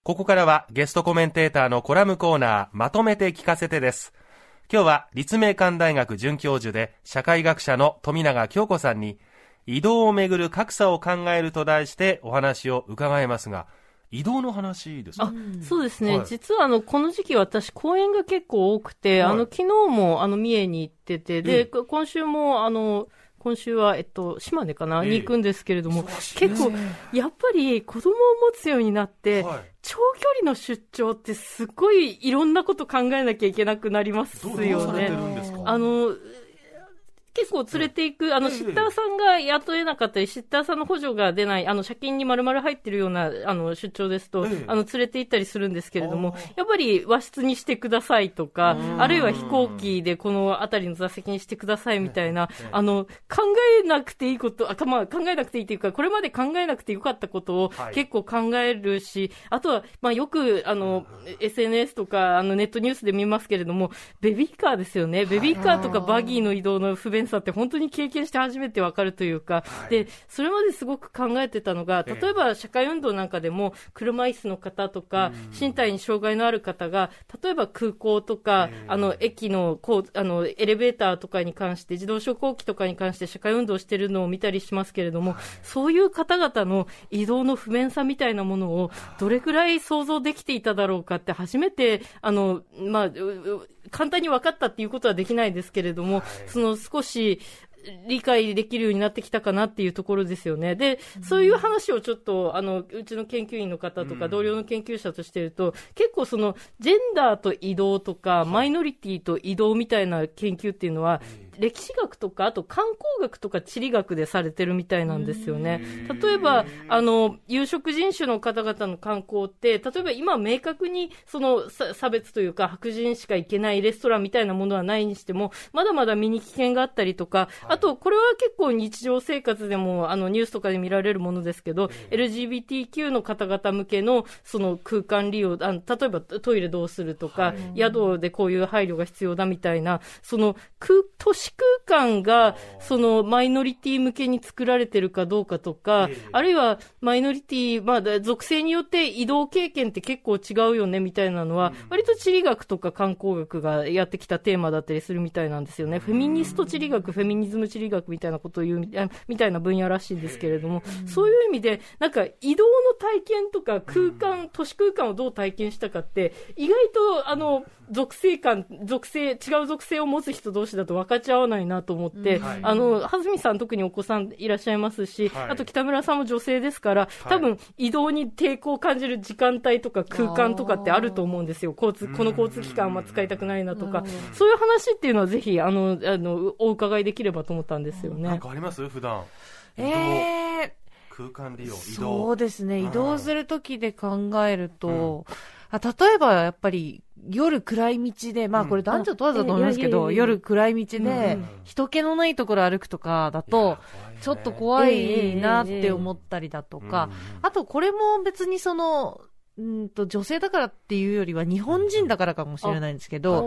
ここからはゲストコメンテーターのコラムコーナー、まとめて聞かせてです。今日は立命館大学准教授で社会学者の富永京子さんに、移動をめぐる格差を考えると題してお話を伺いますが、移動の話ですか？ そうですね、 はい、 実はこの時期私講演が結構多くて、昨日も三重に行ってて、で、今週は、島根かな、に行くんですけれども、結構、やっぱり子供を持つようになって、長距離の出張ってすごいいろんなこと考えなきゃいけなくなりますよね。 どうされてるんですか？ 結構連れていく、シッターさんが雇えなかったり、シッターさんの補助が出ない、車金に丸々入ってるような、出張ですと、連れて行ったりするんですけれども、やっぱり和室にしてくださいとか、あるいは飛行機でこの辺りの座席にしてくださいみたいな、考えなくていいこと、考えなくていいというか、これまで考えなくてよかったことを結構考えるし、あとは、よく、SNS とか、ネットニュースで見ますけれども、ベビーカーですよね。ベビーカーとかバギーの移動の不便さって本当に経験して初めてわかるというか、で、それまですごく考えてたのが、例えば社会運動なんかでも車椅子の方とか、身体に障害のある方が、例えば空港とか、駅のエレベーターとかに関して、自動昇降機とかに関して社会運動してるのを見たりしますけれども、そういう方々の移動の不便さみたいなものをどれくらい想像できていただろうかって初めて、簡単に分かったっていうことはできないですけれども、少し理解できるようになってきたかなっていうところですよね。で、そういう話をちょっと、うちの研究員の方とか同僚の研究者としていると、結構ジェンダーと移動とか、マイノリティと移動みたいな研究っていうのは、歴史学とか、あと観光学とか地理学でされてるみたいなんですよね。例えば、有色人種の方々の観光って、例えば今明確に差別というか白人しか行けないレストランみたいなものはないにしても、まだまだ身に危険があったりとか、あとこれは結構日常生活でもニュースとかで見られるものですけど、LGBTQ の方々向けの空間利用、例えばトイレどうするとか、宿でこういう配慮が必要だみたいな、都市空間がマイノリティ向けに作られてるかどうかとか、あるいはマイノリティ、属性によって移動経験って結構違うよねみたいなのは、割と地理学とか観光学がやってきたテーマだったりするみたいなんですよね。フェミニスト地理学、フェミニズム地理学みたいなことを言うみたいな分野らしいんですけれども、そういう意味でなんか移動の体験とか都市空間をどう体験したかって意外と違う属性を持つ人同士だと分かっちゃわないなと思って、蓮見さん特にお子さんいらっしゃいますし、あと北村さんも女性ですから、多分移動に抵抗を感じる時間帯とか空間とかってあると思うんですよ。この交通機関あんま使いたくないなとか、そういう話っていうのはぜひお伺いできればと思ったんですよね。 なんかあります普段？空間利用、移動。 そうですね、移動するときで考えると、例えばやっぱり夜暗い道で、これ男女問わずだと思いますけど、夜暗い道で人気のないところ歩くとかだとちょっと怖いなって思ったりだとか、あとこれも別に女性だからっていうよりは日本人だからかもしれないんですけど、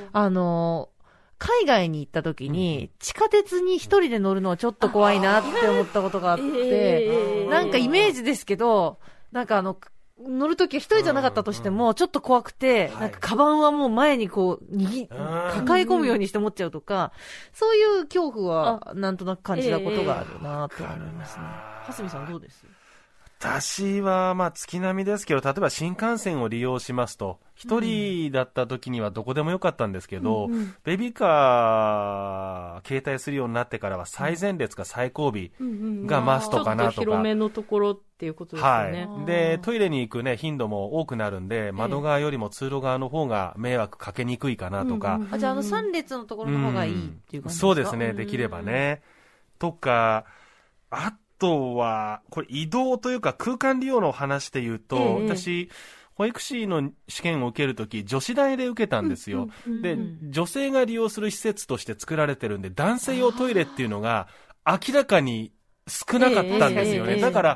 海外に行った時に地下鉄に一人で乗るのはちょっと怖いなって思ったことがあって、なんかイメージですけど、なんか乗るときは一人じゃなかったとしてもちょっと怖くて、なんかカバンはもう前に抱え込むようにして持っちゃうとか、そういう恐怖はなんとなく感じたことがあるなと思いますね。蓮見さんどうです？ 私は月並みですけど、例えば新幹線を利用しますと、一人だった時にはどこでもよかったんですけど、ベビーカー携帯するようになってからは最前列か最後尾がマストかなとか、 ちょっと広めのところっていうことですよね。 でトイレに行く頻度も多くなるんで、窓側よりも通路側の方が迷惑かけにくいかなとか、 じゃあ3列のところの方がいいっていう感じですか？ そうですね、できればね。とか、あとはこれ移動というか空間利用の話で言うと、私保育士の試験を受けるとき女子大で受けたんですよ。で、女性が利用する施設として作られてるんで、男性用トイレっていうのが明らかに少なかったんですよね。だから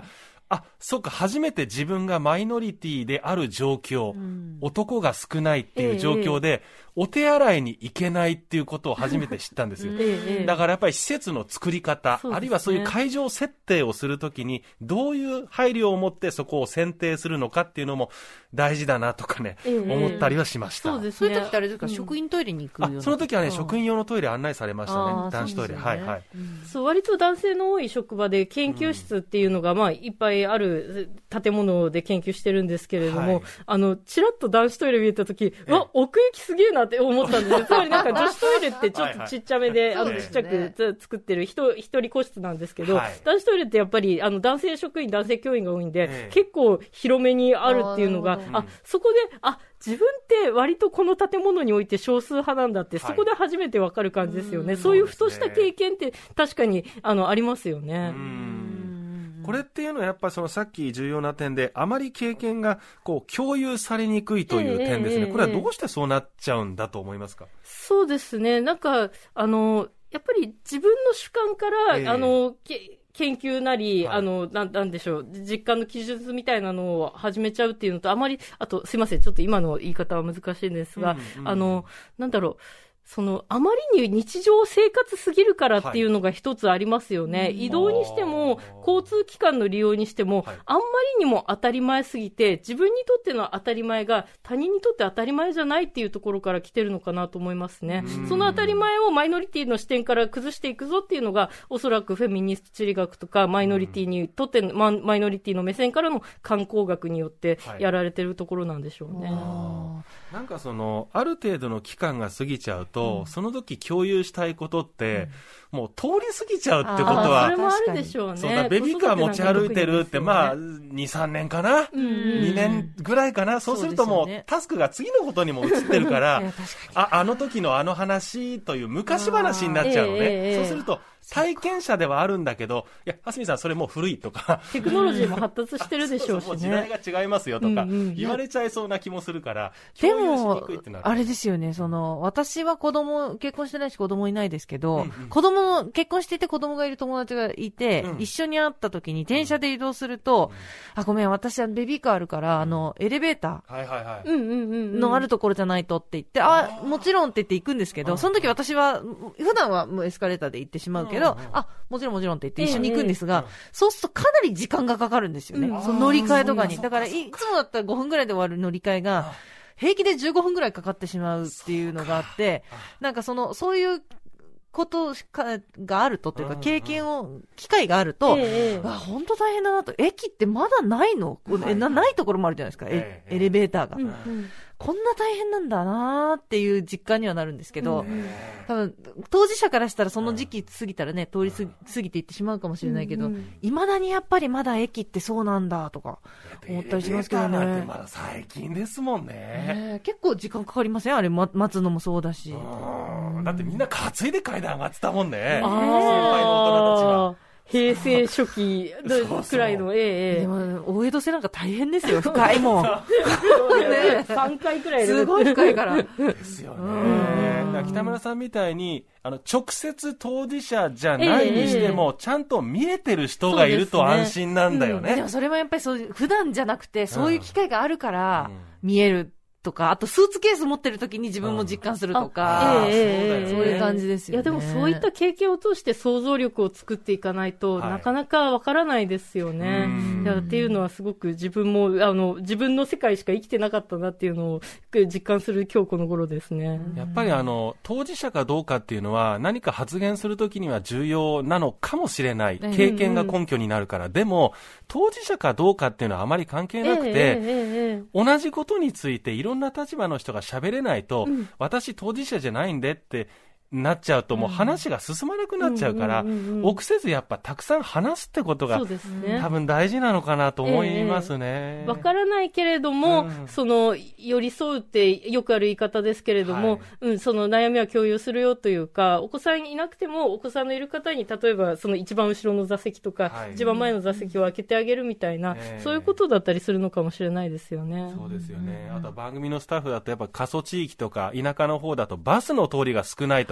そうか、初めて自分がマイノリティである状況、男が少ないっていう状況で、お手洗いに行けないっていうことを初めて知ったんですよ。だからやっぱり施設の作り方、あるいはそういう会場設定をするときに、どういう配慮を持ってそこを選定するのかっていうのも大事だなとかね、思ったりはしました。 そうですね。 そういう時ってあれですか、職員トイレに行くような。 その時はね、職員用のトイレ案内されましたね。男子トイレ。はいはい。 そう、割と男性の多い職場で研究室っていうのが、いっぱいある建物で研究してるんですけれども、ちらっと男子トイレ見えたとき、奥行きすげえなって思ったんですよ。つまりなんか女子トイレってちょっとちっちゃめで、ちっちゃく作ってる一人個室なんですけど、男子トイレってやっぱり、男性職員、男性教員が多いんで、結構広めにあるっていうのが、そこで、自分って割とこの建物において少数派なんだって、そこで初めてわかる感じですよね。そういうふとした経験って確かに、ありますよね。 これっていうのはやっぱそのさっき重要な点で、あまり経験がこう共有されにくいという点ですね。これはどうしてそうなっちゃうんだと思いますか？ そうですね。なんか、やっぱり自分の主観から、研究なり、なんでしょう、実感の記述みたいなのを始めちゃうっていうのと、あと、すいません、ちょっと今の言い方は難しいんですが、なんだろう、あまりに日常生活すぎるからっていうのが一つありますよね。移動にしても、交通機関の利用にしても、あんまりにも当たり前すぎて、自分にとっての当たり前が他人にとって当たり前じゃないっていうところから来てるのかなと思いますね。その当たり前をマイノリティの視点から崩していくぞっていうのが、おそらくフェミニスト地理学とか、マイノリティにとって、マイノリティの目線からの観光学によってやられてるところなんでしょうね。 なんかある程度の期間が過ぎちゃうと、その時共有したいことって、もう通り過ぎちゃうってことは、 それもあるでしょうね。 そうだ、ベビーカー持ち歩いてるって、2、3年かな、2年ぐらいかな、そうするともう、タスクが次のことにも移ってるから、あの時のあの話という昔話になっちゃうのね。そうすると、体験者ではあるんだけど、いや、蓮見さんそれもう古いとか。 テクノロジーも発達してるでしょうしね。 時代が違いますよとか、言われちゃいそうな気もするから、 でも、あれですよね、私は結婚してないし子供いないですけど、結婚していて子供がいる友達がいて、一緒に会った時に電車で移動すると、ごめん、私はベビーカーあるから、エレベーターのあるところじゃないとって言って、もちろんって言って行くんですけど、その時私は、普段はもうエスカレーターで行ってしまうけど、もちろんって言って一緒に行くんですが、そうするとかなり時間がかかるんですよね。その乗り換えとかに。だから、いつもだったら5分ぐらいで終わる乗り換えが、平気で15分ぐらいかかってしまうっていうのがあって、なんかそういうことがあると、というか、機会があると、本当大変だなと。駅ってまだないの？ないところもあるじゃないですか、エレベーターが。こんな大変なんだなーっていう実感にはなるんですけど、多分、当事者からしたらその時期過ぎたらね、通り過ぎていってしまうかもしれないけど、未だにやっぱりまだ駅ってそうなんだとか、思ったりしますけどね。 なんてまだ最近ですもんね。 結構時間かかりません？あれ、待つのもそうだし。 だってみんな担いで階段上がってたもんね。先輩の大人たちが。 平成初期くらいの、 でも、大江戸線なんか大変ですよ、深いもん。 3回くらいすごい深いから。 ですよね。北村さんみたいに、直接当事者じゃないにしても、ちゃんと見えてる人がいると安心なんだよね。 でもそれもやっぱり普段じゃなくて、そういう機会があるから、見える。とか、あとスーツケース持ってる時に自分も実感するとか、そういう感じですよね。 いやでもそういった経験を通して想像力を作っていかないと、なかなかわからないですよね。っていうのはすごく自分も自分の世界しか生きてなかったなっていうのを実感する今日この頃ですね。 やっぱり当事者かどうかっていうのは何か発言するときには重要なのかもしれない。経験が根拠になるから。でも当事者かどうかっていうのはあまり関係なくて、同じことについていろんな立場の人が喋れないと、私当事者じゃないんでってなっちゃうともう話が進まなくなっちゃうから、臆せずやっぱたくさん話すってことが、多分大事なのかなと思いますね。 わからないけれども、寄り添うってよくある言い方ですけれども、その悩みは共有するよというか、お子さんいなくてもお子さんのいる方に例えばその一番後ろの座席とか、一番前の座席を開けてあげるみたいな、そういうことだったりするのかもしれないですよね。 そうですよね。あと番組のスタッフだとやっぱ過疎地域とか田舎の方だとバスの通りが少ないと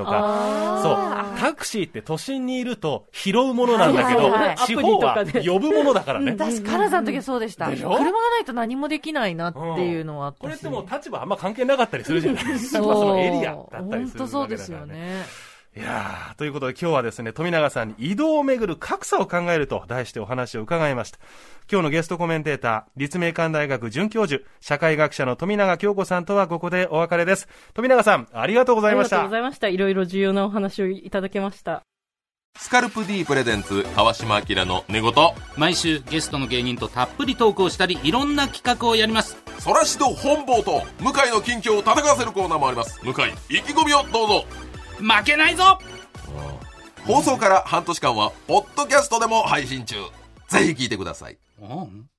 とか、そうタクシーって都心にいると拾うものなんだけど、地方は呼ぶものだからね。 私カナさんの時はそうでした。 でしょ？ 車がないと何もできないなっていうのはあったし、 これってもう立場あんま関係なかったりするじゃないですか。そのエリアだったりするわけだからね。 本当そうですよね。 いやー、ということで今日はですね、富永さんに移動をめぐる格差を考えると題してお話を伺いました。今日のゲストコメンテーター、立命館大学准教授、社会学者の富永京子さんとはここでお別れです。富永さん、ありがとうございました。 ありがとうございました。いろいろ重要なお話をいただけました。 スカルプ D プレゼンツ川島明の寝言。 毎週ゲストの芸人とたっぷりトークをしたり、いろんな企画をやります。 そらしど本坊と向井の近況を戦わせるコーナーもあります。向井、意気込みをどうぞ。 負けないぞ。 放送から半年間はポッドキャストでも配信中。ぜひ聞いてください。 うん。